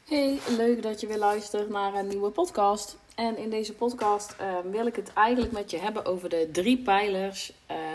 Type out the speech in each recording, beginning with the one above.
Hey, leuk dat je weer luistert naar een nieuwe podcast. En in deze podcast wil ik het eigenlijk met je hebben over de 3 pijlers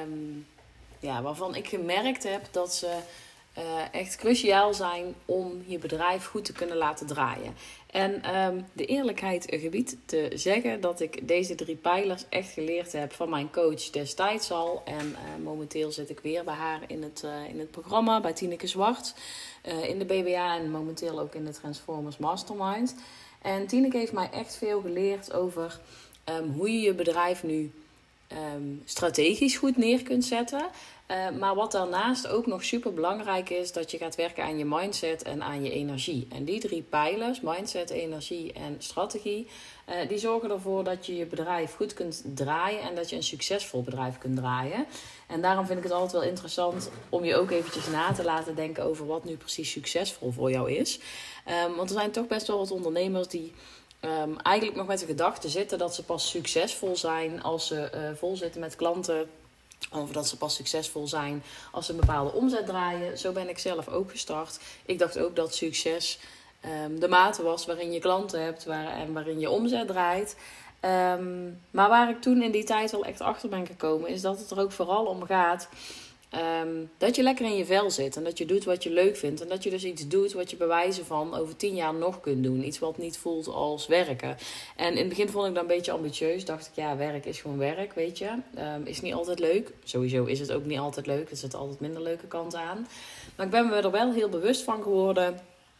waarvan ik gemerkt heb dat ze echt cruciaal zijn om je bedrijf goed te kunnen laten draaien. En de eerlijkheid gebiedt te zeggen dat ik deze 3 pijlers echt geleerd heb van mijn coach destijds al. En momenteel zit ik weer bij haar in het programma, bij Tineke Zwart. In de BBA en momenteel ook in de Transformers Mastermind. En Tineke heeft mij echt veel geleerd over hoe je je bedrijf nu strategisch goed neer kunt zetten. Maar wat daarnaast ook nog super belangrijk is, dat je gaat werken aan je mindset en aan je energie. En die 3 pijlers, mindset, energie en strategie, die zorgen ervoor dat je je bedrijf goed kunt draaien en dat je een succesvol bedrijf kunt draaien. En daarom vind ik het altijd wel interessant om je ook eventjes na te laten denken over wat nu precies succesvol voor jou is. Want er zijn toch best wel wat ondernemers die eigenlijk nog met de gedachte zitten dat ze pas succesvol zijn als ze vol zitten met klanten. Of dat ze pas succesvol zijn als ze een bepaalde omzet draaien. Zo ben ik zelf ook gestart. Ik dacht ook dat succes de mate was waarin je klanten hebt en waarin je omzet draait. Maar waar ik toen in die tijd wel echt achter ben gekomen, is dat het er ook vooral om gaat dat je lekker in je vel zit. En dat je doet wat je leuk vindt. En dat je dus iets doet wat je bij wijze van over 10 jaar nog kunt doen. Iets wat niet voelt als werken. En in het begin vond ik dat een beetje ambitieus. Dacht ik, ja, werk is gewoon werk, weet je. Is niet altijd leuk. Sowieso is het ook niet altijd leuk. Er zitten altijd minder leuke kanten aan. Maar ik ben me er wel heel bewust van geworden.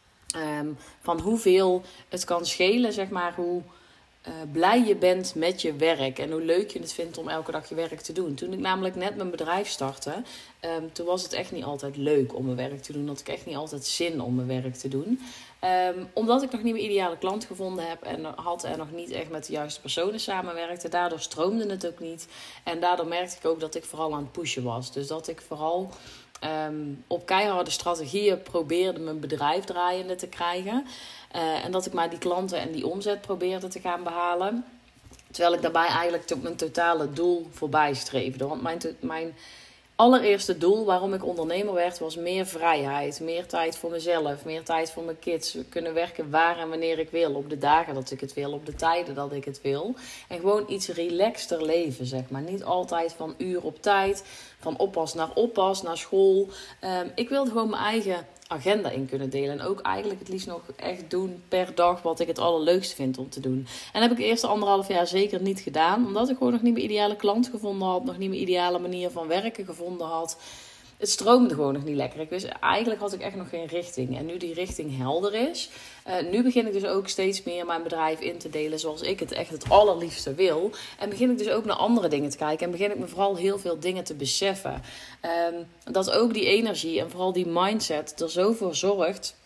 Van hoeveel het kan schelen, zeg maar, hoe blij je bent met je werk en hoe leuk je het vindt om elke dag je werk te doen. Toen ik namelijk net mijn bedrijf startte, toen was het echt niet altijd leuk om mijn werk te doen. Had ik echt niet altijd zin om mijn werk te doen. Omdat ik nog niet mijn ideale klant gevonden heb en nog niet echt met de juiste personen samenwerkte. Daardoor stroomde het ook niet. En daardoor merkte ik ook dat ik vooral aan het pushen was. Dus dat ik vooral op keiharde strategieën probeerde mijn bedrijf draaiende te krijgen. En dat ik maar die klanten en die omzet probeerde te gaan behalen. Terwijl ik daarbij eigenlijk tot mijn totale doel voorbij streefde. Want mijn allereerste doel waarom ik ondernemer werd, was meer vrijheid. Meer tijd voor mezelf, meer tijd voor mijn kids. Kunnen werken waar en wanneer ik wil. Op de dagen dat ik het wil, op de tijden dat ik het wil. En gewoon iets relaxter leven, zeg maar. Niet altijd van uur op tijd, van oppas naar school. Ik wilde gewoon mijn eigen agenda in kunnen delen. En ook eigenlijk het liefst nog echt doen per dag wat ik het allerleukste vind om te doen. En dat heb ik de eerste 1,5 jaar zeker niet gedaan. Omdat ik gewoon nog niet mijn ideale klant gevonden had. Nog niet mijn ideale manier van werken gevonden had. Het stroomde gewoon nog niet lekker. Eigenlijk had ik echt nog geen richting. En nu die richting helder is. Nu begin ik dus ook steeds meer mijn bedrijf in te delen zoals ik het echt het allerliefste wil. En begin ik dus ook naar andere dingen te kijken. En begin ik me vooral heel veel dingen te beseffen. Dat ook die energie en vooral die mindset er zo voor zorgt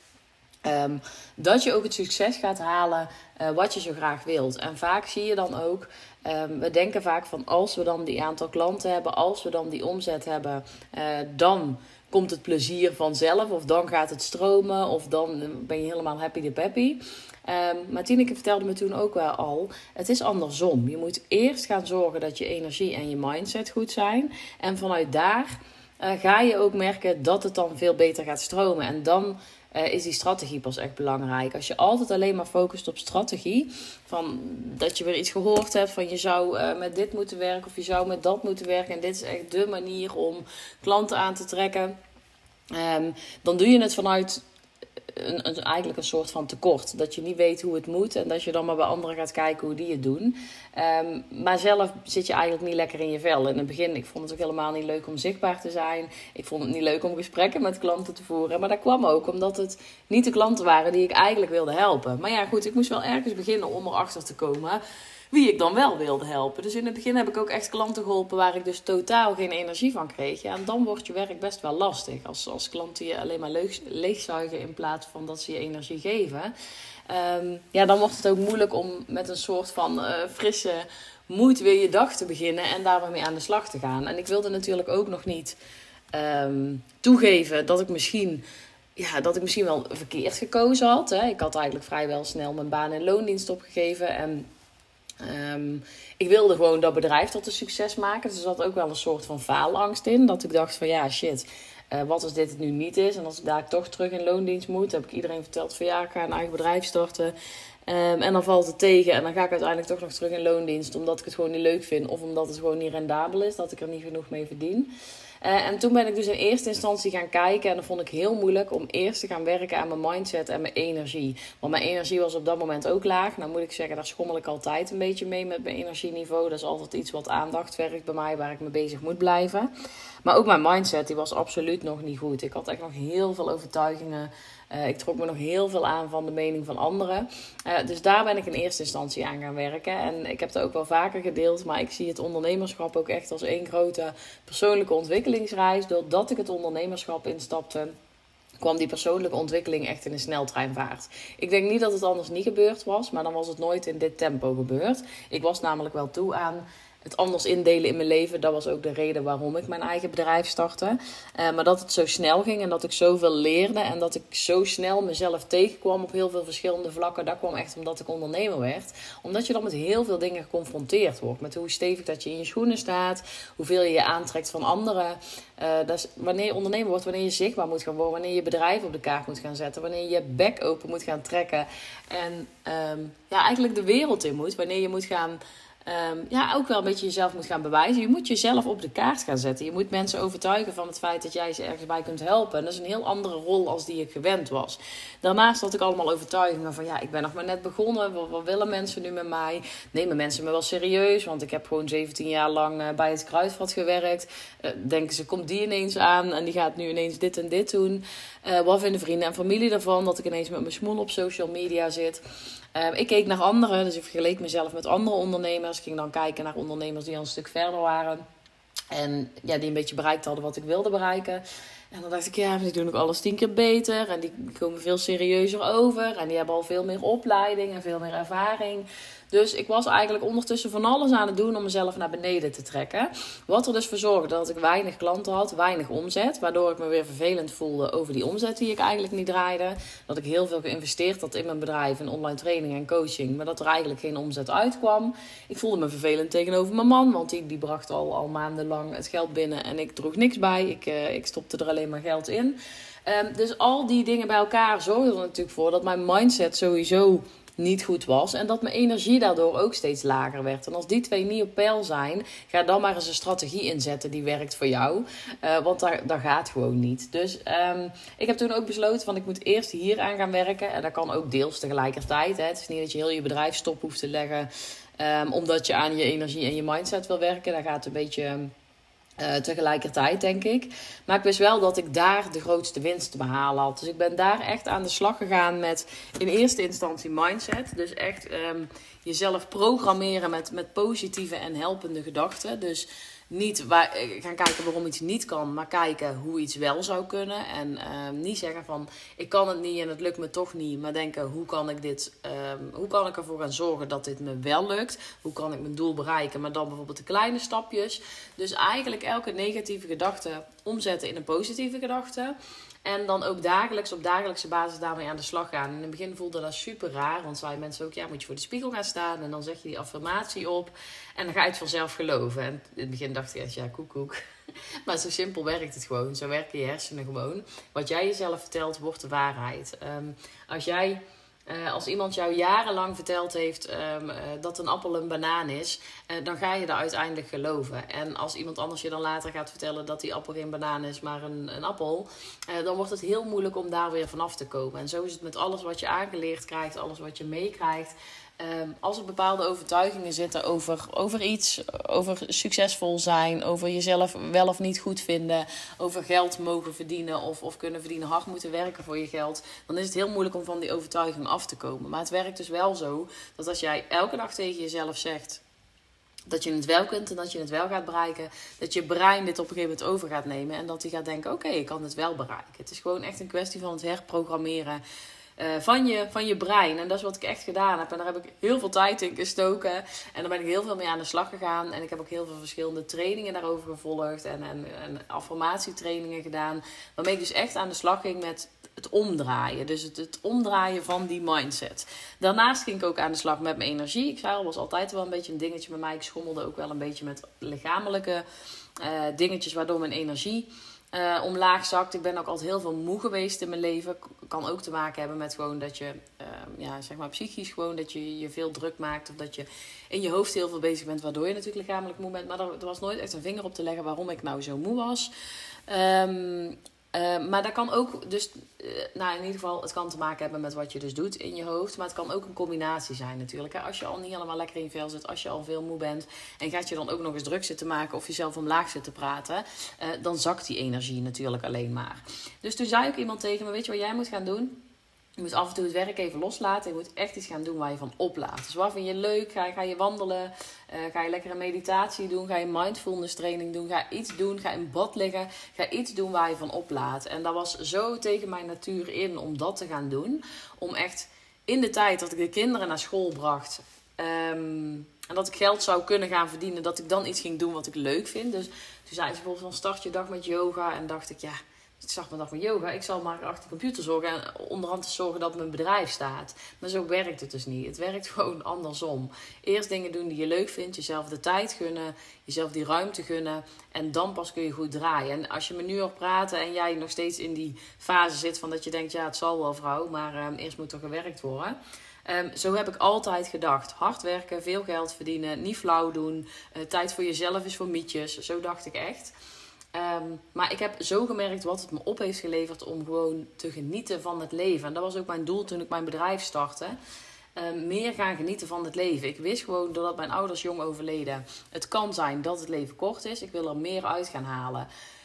dat je ook het succes gaat halen wat je zo graag wilt. En vaak zie je dan ook, we denken vaak van als we dan die aantal klanten hebben, als we dan die omzet hebben, dan komt het plezier vanzelf of dan gaat het stromen of dan ben je helemaal happy de peppy. Maar Tineke vertelde me toen ook wel al, het is andersom. Je moet eerst gaan zorgen dat je energie en je mindset goed zijn. En vanuit daar ga je ook merken dat het dan veel beter gaat stromen. En dan is die strategie pas echt belangrijk. Als je altijd alleen maar focust op strategie, van dat je weer iets gehoord hebt van je zou met dit moeten werken of je zou met dat moeten werken en dit is echt de manier om klanten aan te trekken, dan doe je het vanuit eigenlijk een soort van tekort. Dat je niet weet hoe het moet en dat je dan maar bij anderen gaat kijken hoe die het doen. Maar zelf zit je eigenlijk niet lekker in je vel. In het begin, ik vond het ook helemaal niet leuk om zichtbaar te zijn. Ik vond het niet leuk om gesprekken met klanten te voeren. Maar dat kwam ook omdat het niet de klanten waren die ik eigenlijk wilde helpen. Maar ja, goed, ik moest wel ergens beginnen om erachter te komen wie ik dan wel wilde helpen. Dus in het begin heb ik ook echt klanten geholpen waar ik dus totaal geen energie van kreeg. Ja, en dan wordt je werk best wel lastig. Als klanten je alleen maar leegzuigen in plaats van dat ze je energie geven. Dan wordt het ook moeilijk om met een soort van frisse moed weer je dag te beginnen en daar mee aan de slag te gaan. En ik wilde natuurlijk ook nog niet toegeven dat ik misschien wel verkeerd gekozen had. Hè. Ik had eigenlijk vrijwel snel mijn baan in loondienst opgegeven en ik wilde gewoon dat bedrijf tot een succes maken. Dus er zat ook wel een soort van faalangst in. Dat ik dacht van ja, shit. Wat als dit het nu niet is? En als ik daar toch terug in loondienst moet, heb ik iedereen verteld van ja, ik ga een eigen bedrijf starten. En dan valt het tegen en dan ga ik uiteindelijk toch nog terug in loondienst. Omdat ik het gewoon niet leuk vind of omdat het gewoon niet rendabel is. Dat ik er niet genoeg mee verdien. En toen ben ik dus in eerste instantie gaan kijken. En dat vond ik heel moeilijk om eerst te gaan werken aan mijn mindset en mijn energie. Want mijn energie was op dat moment ook laag. Nou moet ik zeggen, daar schommel ik altijd een beetje mee met mijn energieniveau. Dat is altijd iets wat aandacht vergt bij mij, waar ik mee bezig moet blijven. Maar ook mijn mindset, die was absoluut nog niet goed. Ik had echt nog heel veel overtuigingen. Ik trok me nog heel veel aan van de mening van anderen. Dus daar ben ik in eerste instantie aan gaan werken. En ik heb het ook wel vaker gedeeld. Maar ik zie het ondernemerschap ook echt als één grote persoonlijke ontwikkelingsreis. Doordat ik het ondernemerschap instapte, kwam die persoonlijke ontwikkeling echt in een sneltreinvaart. Ik denk niet dat het anders niet gebeurd was. Maar dan was het nooit in dit tempo gebeurd. Ik was namelijk wel toe aan het anders indelen in mijn leven. Dat was ook de reden waarom ik mijn eigen bedrijf startte. Maar dat het zo snel ging en dat ik zoveel leerde. En dat ik zo snel mezelf tegenkwam op heel veel verschillende vlakken. Dat kwam echt omdat ik ondernemer werd. Omdat je dan met heel veel dingen geconfronteerd wordt. Met hoe stevig dat je in je schoenen staat. Hoeveel je je aantrekt van anderen. Dat is wanneer je ondernemer wordt, wanneer je zichtbaar moet gaan worden. Wanneer je bedrijf op de kaart moet gaan zetten. Wanneer je je bek open moet gaan trekken. En eigenlijk de wereld in moet. Wanneer je moet gaan ook wel een beetje jezelf moet gaan bewijzen. Je moet jezelf op de kaart gaan zetten. Je moet mensen overtuigen van het feit dat jij ze ergens bij kunt helpen. En dat is een heel andere rol als die ik gewend was. Daarnaast had ik allemaal overtuigingen van ik ben nog maar net begonnen. Wat willen mensen nu met mij? Nemen mensen me wel serieus? Want ik heb gewoon 17 jaar lang bij het Kruidvat gewerkt. Denken ze, komt die ineens aan en die gaat nu ineens dit en dit doen. Wat vinden vrienden en familie daarvan? Dat ik ineens met mijn smoel op social media zit. Ik keek naar anderen, dus ik vergeleek mezelf met andere ondernemers. Ik ging dan kijken naar ondernemers die al een stuk verder waren. En die een beetje bereikt hadden wat ik wilde bereiken. En dan dacht ik, die doen ook alles 10 keer beter. En die komen veel serieuzer over. En die hebben al veel meer opleiding en veel meer ervaring. Dus ik was eigenlijk ondertussen van alles aan het doen om mezelf naar beneden te trekken. Wat er dus voor zorgde dat ik weinig klanten had, weinig omzet. Waardoor ik me weer vervelend voelde over die omzet die ik eigenlijk niet draaide. Dat ik heel veel geïnvesteerd had in mijn bedrijf, in online training en coaching. Maar dat er eigenlijk geen omzet uitkwam. Ik voelde me vervelend tegenover mijn man, want die bracht al maandenlang het geld binnen. En ik droeg niks bij. Ik stopte er alleen maar geld in. Dus al die dingen bij elkaar zorgden er natuurlijk voor dat mijn mindset sowieso niet goed was. En dat mijn energie daardoor ook steeds lager werd. En als die twee niet op peil zijn, ga dan maar eens een strategie inzetten die werkt voor jou. Want dat gaat gewoon niet. Dus ik heb toen ook besloten van ik moet eerst hier aan gaan werken. En dat kan ook deels tegelijkertijd. Hè. Het is niet dat je heel je bedrijf stop hoeft te leggen. Omdat je aan je energie en je mindset wil werken. Dat gaat een beetje tegelijkertijd, denk ik. Maar ik wist wel dat ik daar de grootste winst te behalen had. Dus ik ben daar echt aan de slag gegaan met in eerste instantie mindset. Dus echt jezelf programmeren met positieve en helpende gedachten. Dus niet gaan kijken waarom iets niet kan, maar kijken hoe iets wel zou kunnen. En niet zeggen van ik kan het niet en het lukt me toch niet. Maar denken hoe kan ik ervoor gaan zorgen dat dit me wel lukt? Hoe kan ik mijn doel bereiken? Maar dan bijvoorbeeld de kleine stapjes. Dus eigenlijk elke negatieve gedachte omzetten in een positieve gedachte. En dan ook op dagelijkse basis daarmee aan de slag gaan. In het begin voelde dat super raar. Want zeiden mensen ook, moet je voor de spiegel gaan staan. En dan zeg je die affirmatie op. En dan ga je het vanzelf geloven. En in het begin dacht ik echt, koek. Maar zo simpel werkt het gewoon. Zo werken je hersenen gewoon. Wat jij jezelf vertelt, wordt de waarheid. Als iemand jou jarenlang verteld heeft dat een appel een banaan is, dan ga je dat uiteindelijk geloven. En als iemand anders je dan later gaat vertellen dat die appel geen banaan is, maar een appel, dan wordt het heel moeilijk om daar weer vanaf te komen. En zo is het met alles wat je aangeleerd krijgt, alles wat je meekrijgt. Als er bepaalde overtuigingen zitten over iets, over succesvol zijn, over jezelf wel of niet goed vinden, over geld mogen verdienen of kunnen verdienen, hard moeten werken voor je geld, dan is het heel moeilijk om van die overtuiging af te komen. Maar het werkt dus wel zo dat als jij elke dag tegen jezelf zegt dat je het wel kunt en dat je het wel gaat bereiken, dat je brein dit op een gegeven moment over gaat nemen en dat hij gaat denken, oké, ik kan het wel bereiken. Het is gewoon echt een kwestie van het herprogrammeren van je brein. En dat is wat ik echt gedaan heb. En daar heb ik heel veel tijd in gestoken. En daar ben ik heel veel mee aan de slag gegaan. En ik heb ook heel veel verschillende trainingen daarover gevolgd. En affirmatietrainingen gedaan. Waarmee ik dus echt aan de slag ging met het omdraaien. Dus het omdraaien van die mindset. Daarnaast ging ik ook aan de slag met mijn energie. Ik zei al, was altijd wel een beetje een dingetje met mij. Ik schommelde ook wel een beetje met lichamelijke dingetjes, waardoor mijn energie omlaag zakt. Ik ben ook altijd heel veel moe geweest in mijn leven. Kan ook te maken hebben met gewoon dat je, zeg maar psychisch gewoon, dat je je veel druk maakt. Of dat je in je hoofd heel veel bezig bent, waardoor je natuurlijk lichamelijk moe bent. Maar er was nooit echt een vinger op te leggen waarom ik nou zo moe was. Maar dat kan ook dus, in ieder geval, het kan te maken hebben met wat je dus doet in je hoofd. Maar het kan ook een combinatie zijn natuurlijk. Hè? Als je al niet helemaal lekker in je vel zit, als je al veel moe bent en gaat je dan ook nog eens druk zitten maken of jezelf omlaag zitten praten, dan zakt die energie natuurlijk alleen maar. Dus toen zei ook iemand tegen me, weet je wat jij moet gaan doen? Je moet af en toe het werk even loslaten. Je moet echt iets gaan doen waar je van oplaadt. Dus wat vind je leuk? Ga je wandelen? Ga je lekker een meditatie doen? Ga je mindfulness training doen? Ga iets doen? Ga in bad liggen? Ga iets doen waar je van oplaadt. En dat was zo tegen mijn natuur in om dat te gaan doen. Om echt in de tijd dat ik de kinderen naar school bracht, en dat ik geld zou kunnen gaan verdienen, dat ik dan iets ging doen wat ik leuk vind. Dus toen zei ze bijvoorbeeld van start je dag met yoga. En dacht ik, ik zag mijn dag met yoga. Ik zal maar achter de computer zorgen en onderhand zorgen dat mijn bedrijf staat. Maar zo werkt het dus niet. Het werkt gewoon andersom. Eerst dingen doen die je leuk vindt. Jezelf de tijd gunnen. Jezelf die ruimte gunnen. En dan pas kun je goed draaien. En als je me nu hoort praten en jij nog steeds in die fase zit van dat je denkt, het zal wel vrouw. Maar eerst moet er gewerkt worden. Zo heb ik altijd gedacht. Hard werken, veel geld verdienen, niet flauw doen. Tijd voor jezelf is voor mietjes. Zo dacht ik echt. Maar ik heb zo gemerkt wat het me op heeft geleverd om gewoon te genieten van het leven. En dat was ook mijn doel toen ik mijn bedrijf startte. Meer gaan genieten van het leven. Ik wist gewoon, doordat mijn ouders jong overleden, het kan zijn dat het leven kort is. Ik wil er meer uit gaan halen.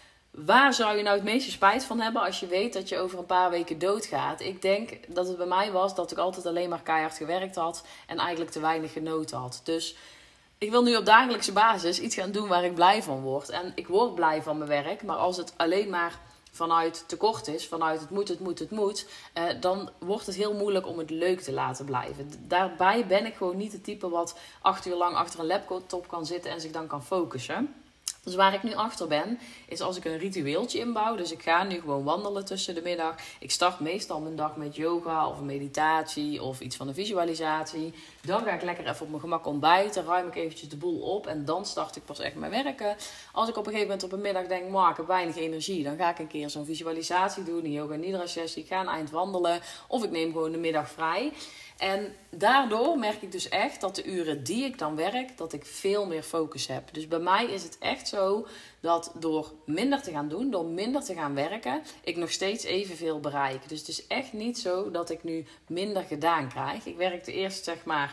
Waar zou je nou het meeste spijt van hebben als je weet dat je over een paar weken doodgaat? Ik denk dat het bij mij was dat ik altijd alleen maar keihard gewerkt had en eigenlijk te weinig genoten had. Dus ik wil nu op dagelijkse basis iets gaan doen waar ik blij van word. En ik word blij van mijn werk, maar als het alleen maar vanuit tekort is, vanuit het moet, dan wordt het heel moeilijk om het leuk te laten blijven. Daarbij ben ik gewoon niet het type wat 8 uur lang achter een laptop kan zitten en zich dan kan focussen. Dus waar ik nu achter ben, is als ik een ritueeltje inbouw. Dus ik ga nu gewoon wandelen tussen de middag. Ik start meestal mijn dag met yoga of een meditatie of iets van een visualisatie. Dan ga ik lekker even op mijn gemak ontbijten. Ruim ik eventjes de boel op en dan start ik pas echt met werken. Als ik op een gegeven moment op een middag denk, ik heb weinig energie. Dan ga ik een keer zo'n visualisatie doen, een yoga nidra sessie. Ik ga een eind wandelen of ik neem gewoon de middag vrij. En daardoor merk ik dus echt dat de uren die ik dan werk, dat ik veel meer focus heb. Dus bij mij is het echt zo dat door minder te gaan doen, door minder te gaan werken, ik nog steeds evenveel bereik. Dus het is echt niet zo dat ik nu minder gedaan krijg. Ik werkte eerst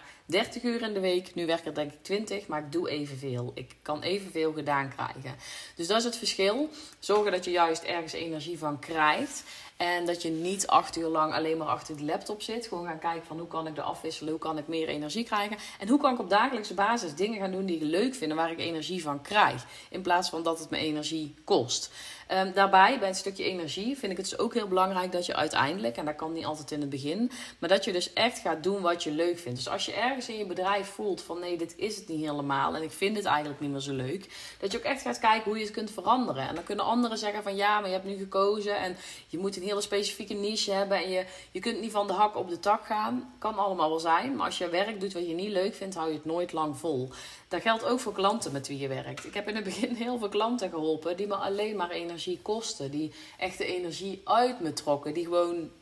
30 uur in de week. Nu werk ik denk ik 20, maar ik doe evenveel. Ik kan evenveel gedaan krijgen. Dus dat is het verschil. Zorgen dat je juist ergens energie van krijgt. En dat je niet 8 uur lang alleen maar achter de laptop zit. Gewoon gaan kijken van hoe kan ik er afwisselen, hoe kan ik meer energie krijgen. En hoe kan ik op dagelijkse basis dingen gaan doen die ik leuk vind en waar ik energie van krijg. In plaats van dat het me energie kost. Daarbij, bij een stukje energie, vind ik het dus ook heel belangrijk dat je uiteindelijk, en dat kan niet altijd in het begin, maar dat je dus echt gaat doen wat je leuk vindt. Dus als je ergens in je bedrijf voelt van nee, dit is het niet helemaal en ik vind het eigenlijk niet meer zo leuk, dat je ook echt gaat kijken hoe je het kunt veranderen. En dan kunnen anderen zeggen van ja, maar je hebt nu gekozen en je moet een hele specifieke niche hebben en je kunt niet van de hak op de tak gaan. Kan allemaal wel zijn, maar als je werk doet wat je niet leuk vindt, hou je het nooit lang vol. Dat geldt ook voor klanten met wie je werkt. Ik heb in het begin heel veel klanten geholpen die me alleen maar energie kosten. Die echt de energie uit me trokken. Die gewoon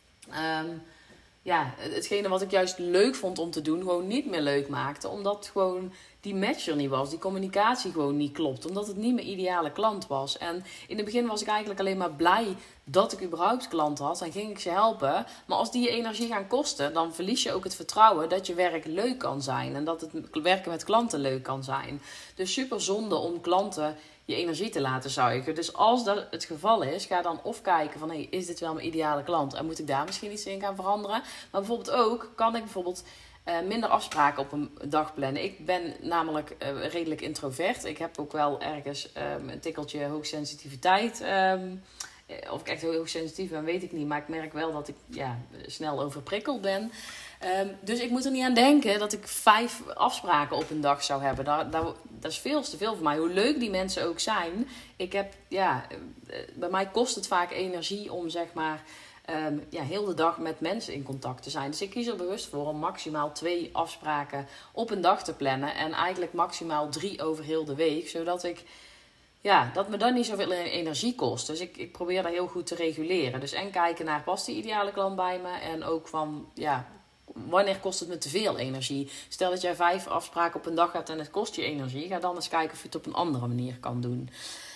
hetgene wat ik juist leuk vond om te doen, gewoon niet meer leuk maakte. Omdat gewoon die match er niet was. Die communicatie gewoon niet klopt. Omdat het niet mijn ideale klant was. En in het begin was ik eigenlijk alleen maar blij dat ik überhaupt klanten had. En ging ik ze helpen. Maar als die je energie gaan kosten, dan verlies je ook het vertrouwen dat je werk leuk kan zijn. En dat het werken met klanten leuk kan zijn. Dus super zonde om klanten je energie te laten zuigen. Dus als dat het geval is, ga dan of kijken van hey, is dit wel mijn ideale klant? En moet ik daar misschien iets in gaan veranderen? Maar bijvoorbeeld ook, kan ik bijvoorbeeld minder afspraken op een dag plannen. Ik ben namelijk redelijk introvert. Ik heb ook wel ergens een tikkeltje hoogsensitiviteit. Of ik echt heel hoogsensitief ben, weet ik niet. Maar ik merk wel dat ik snel overprikkeld ben. Dus ik moet er niet aan denken dat ik 5 afspraken op een dag zou hebben. Dat is veel te veel voor mij. Hoe leuk die mensen ook zijn. Bij mij kost het vaak energie om zeg maar heel de dag met mensen in contact te zijn. Dus ik kies er bewust voor om maximaal 2 afspraken op een dag te plannen. En eigenlijk maximaal 3 over heel de week. Zodat ik dat me dan niet zoveel energie kost. Dus ik probeer dat heel goed te reguleren. Dus en kijken naar, past die ideale klant bij me? En ook van, wanneer kost het me te veel energie? Stel dat jij 5 afspraken op een dag hebt en het kost je energie. Ga dan eens kijken of je het op een andere manier kan doen.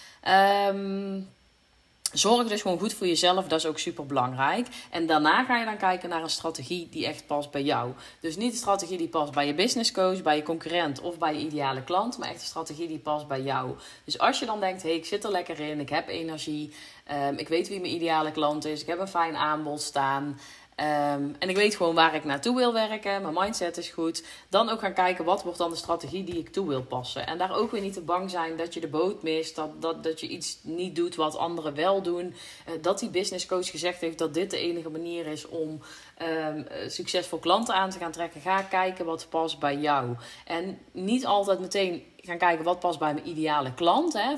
Zorg dus gewoon goed voor jezelf. Dat is ook super belangrijk. En daarna ga je dan kijken naar een strategie die echt past bij jou. Dus niet een strategie die past bij je business coach, bij je concurrent of bij je ideale klant. Maar echt een strategie die past bij jou. Dus als je dan denkt, ik zit er lekker in. Ik heb energie. Ik weet wie mijn ideale klant is. Ik heb een fijn aanbod staan. En ik weet gewoon waar ik naartoe wil werken. Mijn mindset is goed. Dan ook gaan kijken, wat wordt dan de strategie die ik toe wil passen. En daar ook weer niet te bang zijn dat je de boot mist. Dat je iets niet doet wat anderen wel doen. Dat die business coach gezegd heeft dat dit de enige manier is om succesvol klanten aan te gaan trekken. Ga kijken wat past bij jou. En niet altijd meteen gaan kijken wat past bij mijn ideale klant. Hè?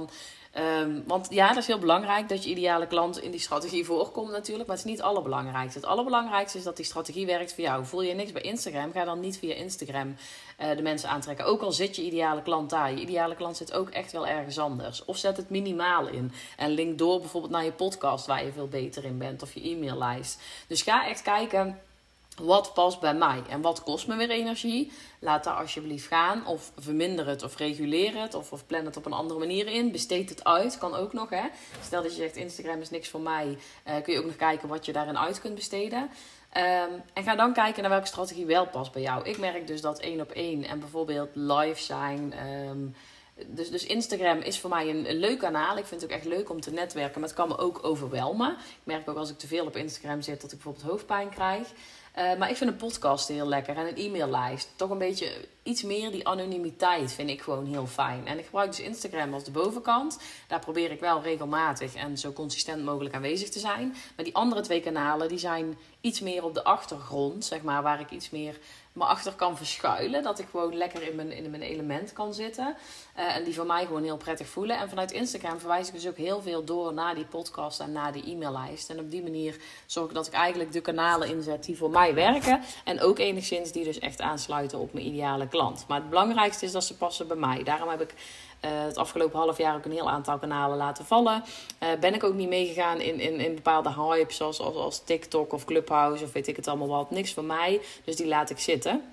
Want dat is heel belangrijk dat je ideale klant in die strategie voorkomt natuurlijk. Maar het is niet het allerbelangrijkste. Het allerbelangrijkste is dat die strategie werkt voor jou. Voel je niks bij Instagram, ga dan niet via Instagram de mensen aantrekken. Ook al zit je ideale klant daar. Je ideale klant zit ook echt wel ergens anders. Of zet het minimaal in. En link door bijvoorbeeld naar je podcast waar je veel beter in bent. Of je e-maillijst. Dus ga echt kijken, wat past bij mij en wat kost me weer energie? Laat dat alsjeblieft gaan. Of verminder het of reguleer het. Of plan het op een andere manier in. Besteed het uit. Kan ook nog. Hè? Stel dat je zegt Instagram is niks voor mij. Kun je ook nog kijken wat je daarin uit kunt besteden. En ga dan kijken naar welke strategie wel past bij jou. Ik merk dus dat 1-op-1 en bijvoorbeeld live zijn. Dus Instagram is voor mij een leuk kanaal. Ik vind het ook echt leuk om te netwerken. Maar het kan me ook overwelmen. Ik merk ook als ik te veel op Instagram zit dat ik bijvoorbeeld hoofdpijn krijg. Maar ik vind een podcast heel lekker en een e-maillijst. Toch een beetje iets meer die anonimiteit vind ik gewoon heel fijn. En ik gebruik dus Instagram als de bovenkant. Daar probeer ik wel regelmatig en zo consistent mogelijk aanwezig te zijn. Maar die andere 2 kanalen die zijn iets meer op de achtergrond, zeg maar, waar ik iets meer me achter kan verschuilen. Dat ik gewoon lekker in mijn element kan zitten. En die voor mij gewoon heel prettig voelen. En vanuit Instagram verwijs ik dus ook heel veel door naar die podcast en naar die e-maillijst. En op die manier zorg ik dat ik eigenlijk de kanalen inzet die voor mij werken. En ook enigszins die dus echt aansluiten op mijn ideale klant. Maar het belangrijkste is dat ze passen bij mij. Daarom heb ik het afgelopen half jaar ook een heel aantal kanalen laten vallen. Ben ik ook niet meegegaan in bepaalde hypes zoals TikTok of Clubhouse of weet ik het allemaal wat. Niks voor mij, dus die laat ik zitten.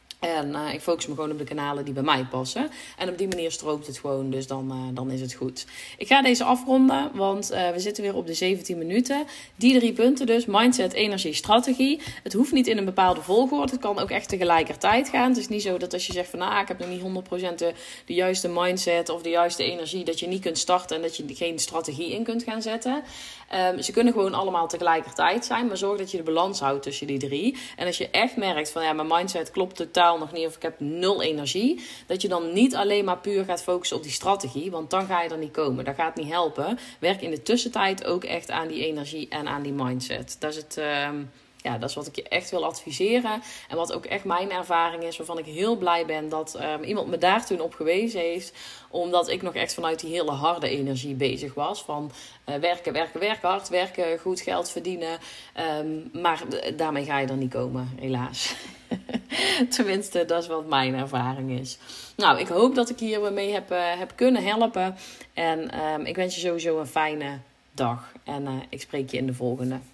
En ik focus me gewoon op de kanalen die bij mij passen. En op die manier stroomt het gewoon, dus dan is het goed. Ik ga deze afronden, want we zitten weer op de 17 minuten. Die 3 punten dus, mindset, energie, strategie. Het hoeft niet in een bepaalde volgorde, het kan ook echt tegelijkertijd gaan. Het is niet zo dat als je zegt van ik heb nog niet 100% de juiste mindset of de juiste energie, dat je niet kunt starten en dat je geen strategie in kunt gaan zetten. Ze kunnen gewoon allemaal tegelijkertijd zijn, maar zorg dat je de balans houdt tussen die 3. En als je echt merkt van mijn mindset klopt totaal nog niet of ik heb 0 energie, dat je dan niet alleen maar puur gaat focussen op die strategie, want dan ga je er niet komen. Dat gaat niet helpen. Werk in de tussentijd ook echt aan die energie en aan die mindset. Dat is het. Dat is wat ik je echt wil adviseren. En wat ook echt mijn ervaring is. Waarvan ik heel blij ben dat iemand me daar toen op gewezen heeft. Omdat ik nog echt vanuit die hele harde energie bezig was. Van werken hard. Werken, goed geld verdienen. Maar daarmee ga je er niet komen, helaas. Tenminste, dat is wat mijn ervaring is. Nou, ik hoop dat ik hiermee heb kunnen helpen. En ik wens je sowieso een fijne dag. En ik spreek je in de volgende.